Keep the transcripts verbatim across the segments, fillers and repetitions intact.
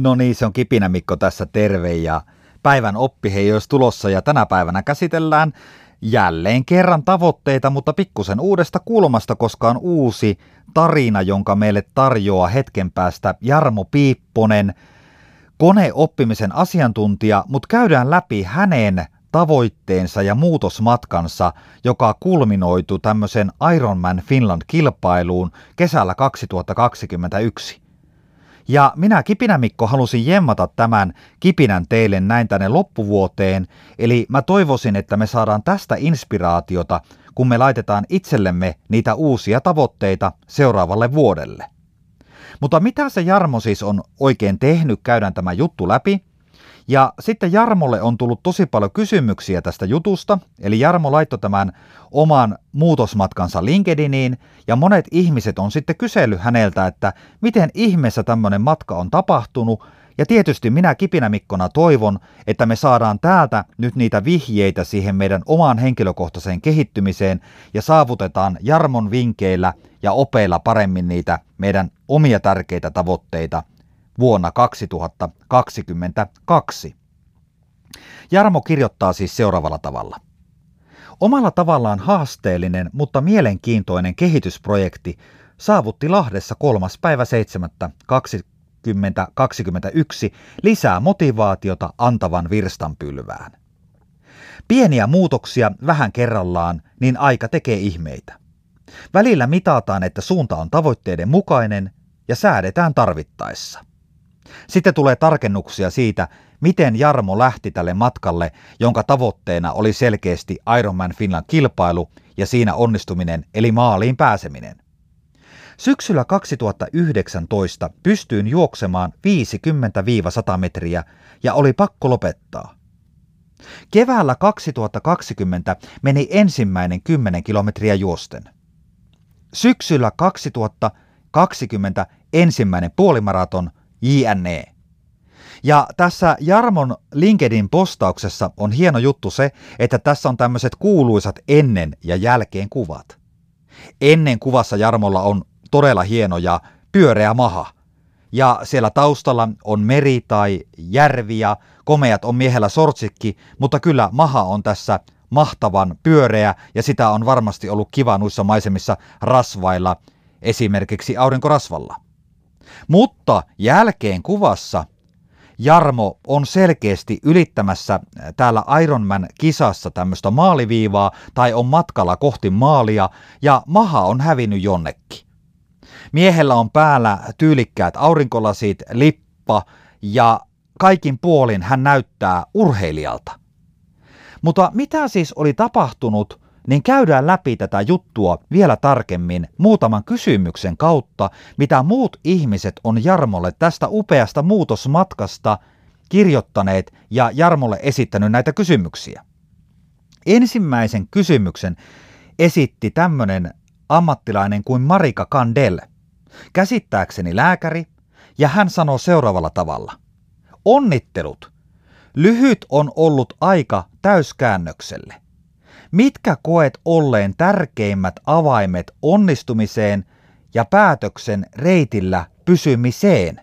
No niin, se on Kipinä Mikko tässä, terve, ja päivän oppi hei olisi tulossa, ja tänä päivänä käsitellään jälleen kerran tavoitteita, mutta pikkusen uudesta kulmasta, koska on uusi tarina, jonka meille tarjoaa hetken päästä Jarmo Piipponen, koneoppimisen asiantuntija, mutta käydään läpi hänen tavoitteensa ja muutosmatkansa, joka kulminoitu tämmöisen Ironman Finland-kilpailuun kesällä kaksituhattakaksikymmentäyksi. Ja minä Kipinä Mikko halusin jemmata tämän kipinän teille näin tänne loppuvuoteen, eli mä toivoisin, että me saadaan tästä inspiraatiota, kun me laitetaan itsellemme niitä uusia tavoitteita seuraavalle vuodelle. Mutta mitä se Jarmo siis on oikein tehnyt, käydään tämä juttu läpi. Ja sitten Jarmolle on tullut tosi paljon kysymyksiä tästä jutusta, eli Jarmo laittoi tämän oman muutosmatkansa LinkedIniin, ja monet ihmiset on sitten kysellyt häneltä, että miten ihmeessä tämmöinen matka on tapahtunut, ja tietysti minä Kipinä Mikkona toivon, että me saadaan täältä nyt niitä vihjeitä siihen meidän omaan henkilökohtaiseen kehittymiseen, ja saavutetaan Jarmon vinkeillä ja opeilla paremmin niitä meidän omia tärkeitä tavoitteita vuonna kaksituhattakaksikymmentäkaksi. Jarmo kirjoittaa siis seuraavalla tavalla. Omalla tavallaan haasteellinen, mutta mielenkiintoinen kehitysprojekti saavutti Lahdessa kolmas päivä seitsemättä kaksituhattakaksikymmentäyksi lisää motivaatiota antavan virstanpylvään. Pieniä muutoksia vähän kerrallaan, niin aika tekee ihmeitä. Välillä mitataan, että suunta on tavoitteiden mukainen ja säädetään tarvittaessa. Sitten tulee tarkennuksia siitä, miten Jarmo lähti tälle matkalle, jonka tavoitteena oli selkeästi Ironman Finland-kilpailu ja siinä onnistuminen eli maaliin pääseminen. Syksyllä kaksituhattayhdeksäntoista pystyin juoksemaan viisikymmentä sata metriä ja oli pakko lopettaa. Keväällä kaksituhattakaksikymmentä meni ensimmäinen kymmenen kilometriä juosten. Syksyllä kaksituhattakaksikymmentä ensimmäinen puolimaraton jne. Ja tässä Jarmon LinkedIn postauksessa on hieno juttu se, että tässä on tämmöiset kuuluisat ennen ja jälkeen kuvat. Ennen kuvassa Jarmolla on todella hieno ja pyöreä maha. Ja siellä taustalla on meri tai järvi ja komeat on miehellä sortsikki, mutta kyllä maha on tässä mahtavan pyöreä ja sitä on varmasti ollut kiva noissa maisemissa rasvailla, esimerkiksi aurinkorasvalla. Mutta jälkeen kuvassa Jarmo on selkeästi ylittämässä täällä Ironman-kisassa tämmöistä maaliviivaa tai on matkalla kohti maalia ja maha on hävinnyt jonnekin. Miehellä on päällä tyylikkäät aurinkolasit, lippa ja kaikin puolin hän näyttää urheilijalta. Mutta mitä siis oli tapahtunut, niin käydään läpi tätä juttua vielä tarkemmin muutaman kysymyksen kautta, mitä muut ihmiset on Jarmolle tästä upeasta muutosmatkasta kirjoittaneet ja Jarmolle esittänyt näitä kysymyksiä. Ensimmäisen kysymyksen esitti tämmöinen ammattilainen kuin Marika Kandel, käsittääkseni lääkäri, ja hän sanoo seuraavalla tavalla. Onnittelut! Lyhyt on ollut aika täyskäännökselle. Mitkä koet olleen tärkeimmät avaimet onnistumiseen ja päätöksen reitillä pysymiseen?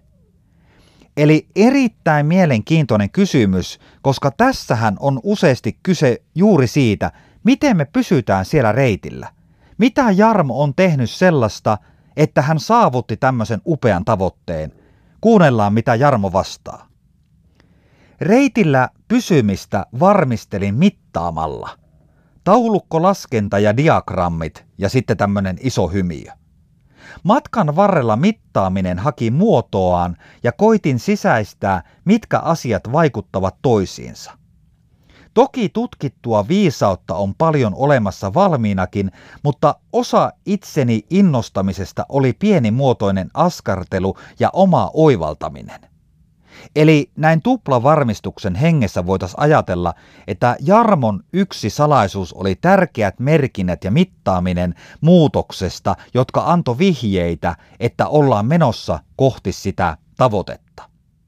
Eli erittäin mielenkiintoinen kysymys, koska tässähän on useasti kyse juuri siitä, miten me pysytään siellä reitillä. Mitä Jarmo on tehnyt sellaista, että hän saavutti tämmöisen upean tavoitteen? Kuunnellaan, mitä Jarmo vastaa. Reitillä pysymistä varmistelin mittaamalla. Taulukkolaskenta ja diagrammit ja sitten tämmöinen iso hymiö. Matkan varrella mittaaminen haki muotoaan ja koitin sisäistää, mitkä asiat vaikuttavat toisiinsa. Toki tutkittua viisautta on paljon olemassa valmiinakin, mutta osa itseni innostamisesta oli pienimuotoinen askartelu ja oma oivaltaminen. Eli näin tuplavarmistuksen hengessä voitaisiin ajatella, että Jarmon yksi salaisuus oli tärkeät merkinnät ja mittaaminen muutoksesta, jotka antoi vihjeitä, että ollaan menossa kohti sitä tavoitetta.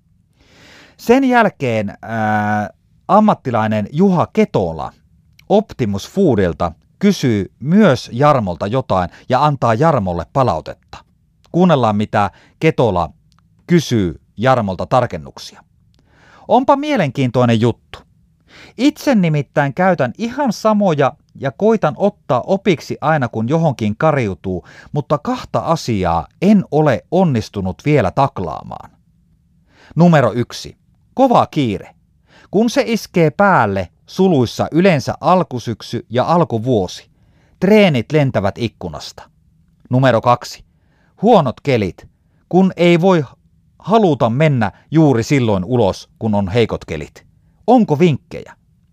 Sen jälkeen ää, ammattilainen Juha Ketola Optimus Foodilta kysyy myös Jarmolta jotain ja antaa Jarmolle palautetta. Kuunnellaan, mitä Ketola kysyy Jarmolta tarkennuksia. Onpa mielenkiintoinen juttu. Itse nimittäin käytän ihan samoja ja koitan ottaa opiksi aina kun johonkin kariutuu, mutta kahta asiaa en ole onnistunut vielä taklaamaan. Numero yksi. Kova kiire. Kun se iskee päälle, suluissa yleensä alkusyksy ja alkuvuosi. Treenit lentävät ikkunasta. Numero kaksi. Huonot kelit. Kun ei voi haluta mennä juuri silloin ulos, kun on heikot kelit. Onko vinkkejä?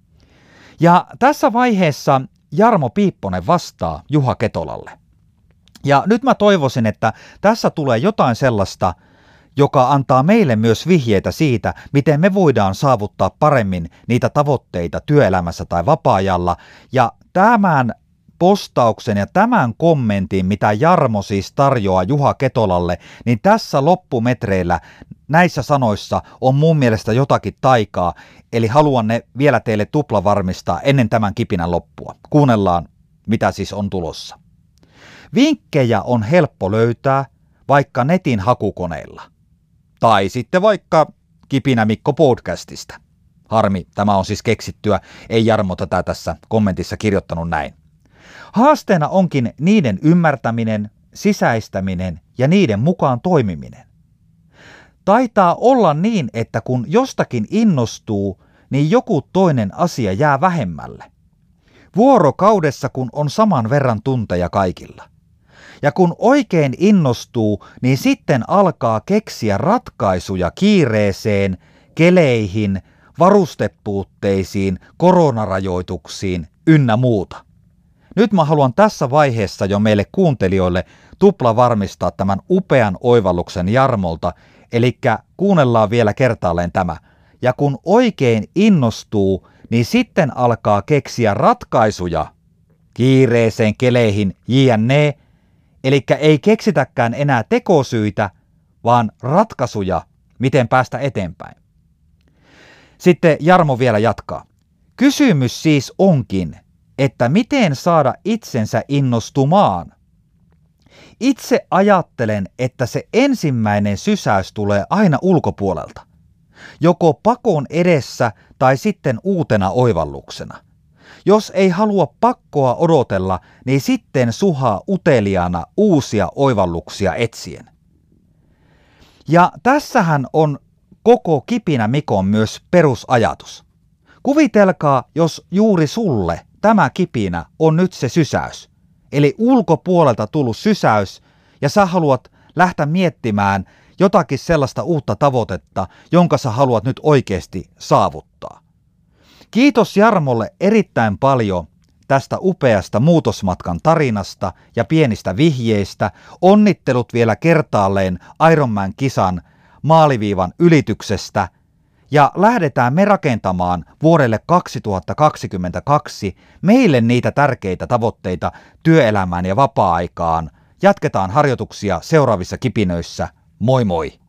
Ja tässä vaiheessa Jarmo Piipponen vastaa Juha Ketolalle. Ja nyt mä toivoisin, että tässä tulee jotain sellaista, joka antaa meille myös vihjeitä siitä, miten me voidaan saavuttaa paremmin niitä tavoitteita työelämässä tai vapaa-ajalla. Ja tämän postauksen ja tämän kommentin, mitä Jarmo siis tarjoaa Juha Ketolalle, niin tässä loppumetreillä näissä sanoissa on mun mielestä jotakin taikaa, eli haluan ne vielä teille tuplavarmistaa ennen tämän kipinän loppua. Kuunnellaan, mitä siis on tulossa. Vinkkejä on helppo löytää vaikka netin hakukoneilla. Tai sitten vaikka Kipinä Mikko podcastista. Harmi, tämä on siis keksittyä, ei Jarmo tätä tässä kommentissa kirjoittanut näin. Haasteena onkin niiden ymmärtäminen, sisäistäminen ja niiden mukaan toimiminen. Taitaa olla niin, että kun jostakin innostuu, niin joku toinen asia jää vähemmälle. Vuorokaudessa kun on saman verran tunteja kaikilla. Ja kun oikein innostuu, niin sitten alkaa keksiä ratkaisuja kiireeseen, keleihin, varustepuutteisiin, koronarajoituksiin ynnä muuta. Nyt mä haluan tässä vaiheessa jo meille kuuntelijoille tupla varmistaa tämän upean oivalluksen Jarmolta, eli kuunnellaan vielä kertaalleen tämä. Ja kun oikein innostuu, niin sitten alkaa keksiä ratkaisuja kiireeseen, keleihin, jne. Eli ei keksitäkään enää tekosyitä, vaan ratkaisuja, miten päästä eteenpäin. Sitten Jarmo vielä jatkaa. Kysymys siis onkin, että miten saada itsensä innostumaan. Itse ajattelen, että se ensimmäinen sysäys tulee aina ulkopuolelta. Joko pakon edessä tai sitten uutena oivalluksena. Jos ei halua pakkoa odotella, niin sitten suhaa uteliaana uusia oivalluksia etsien. Ja tässähän on koko Kipinä Mikon myös perusajatus. Kuvitelkaa, jos juuri sulle tämä kipinä on nyt se sysäys. Eli ulkopuolelta tullut sysäys ja sä haluat lähteä miettimään jotakin sellaista uutta tavoitetta, jonka sä haluat nyt oikeasti saavuttaa. Kiitos Jarmolle erittäin paljon tästä upeasta muutosmatkan tarinasta ja pienistä vihjeistä. Onnittelut vielä kertaalleen Ironman-kisan maaliviivan ylityksestä. Ja lähdetään me rakentamaan vuodelle kaksituhattakaksikymmentäkaksi meille niitä tärkeitä tavoitteita työelämään ja vapaa-aikaan. Jatketaan harjoituksia seuraavissa kipinöissä. Moi moi!